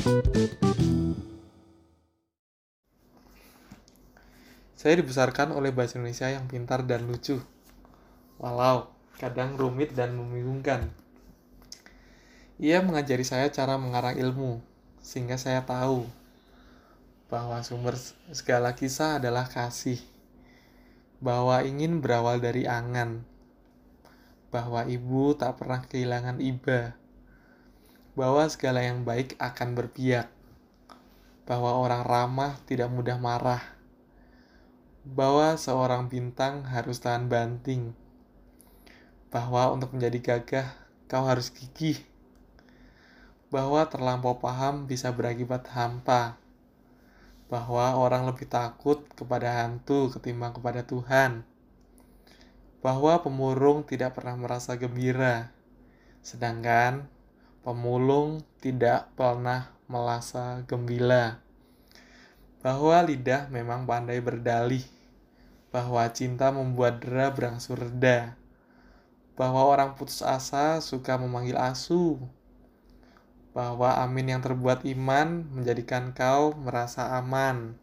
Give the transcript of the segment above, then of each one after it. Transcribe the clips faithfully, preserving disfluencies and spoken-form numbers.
Saya dibesarkan oleh bahasa Indonesia yang pintar dan lucu, walau kadang rumit dan membingungkan. Ia mengajari saya cara mengarang ilmu, sehingga saya tahu bahwa sumber segala kisah adalah kasih, bahwa ingin berawal dari angan, bahwa ibu tak pernah kehilangan iba, bahwa segala yang baik akan berpihak, bahwa orang ramah tidak mudah marah, bahwa seorang bintang harus tahan banting, bahwa untuk menjadi gagah kau harus gigih, bahwa terlampau paham bisa berakibat hampa, bahwa orang lebih takut kepada hantu ketimbang kepada Tuhan, bahwa pemurung tidak pernah merasa gembira, sedangkan pemulung tidak pernah merasa gembira, bahwa lidah memang pandai berdalih, bahwa cinta membuat dera berangsur reda, bahwa orang putus asa suka memanggil asu, bahwa amin yang terbuat iman menjadikan kau merasa aman.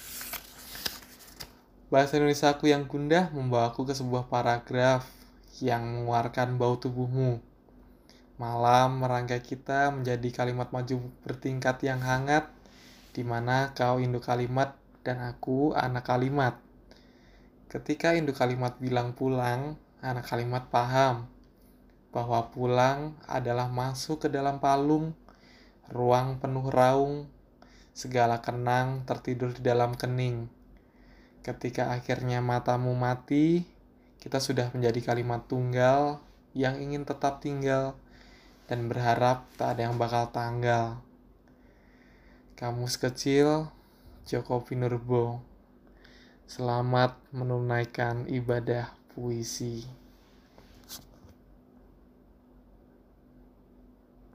Bahasa Indonesiaku yang gundah membawaku ke sebuah paragraf yang mengeluarkan bau tubuhmu. Malam merangkai kita menjadi kalimat maju bertingkat yang hangat, di mana kau induk kalimat dan aku anak kalimat. Ketika induk kalimat bilang pulang, anak kalimat paham bahwa pulang adalah masuk ke dalam palung, ruang penuh raung, segala kenang tertidur di dalam kening. Ketika akhirnya matamu mati, kita sudah menjadi kalimat tunggal yang ingin tetap tinggal dan berharap tak ada yang bakal tanggal. Kamus kecil, Joko Pinurbo. Selamat menunaikan ibadah puisi.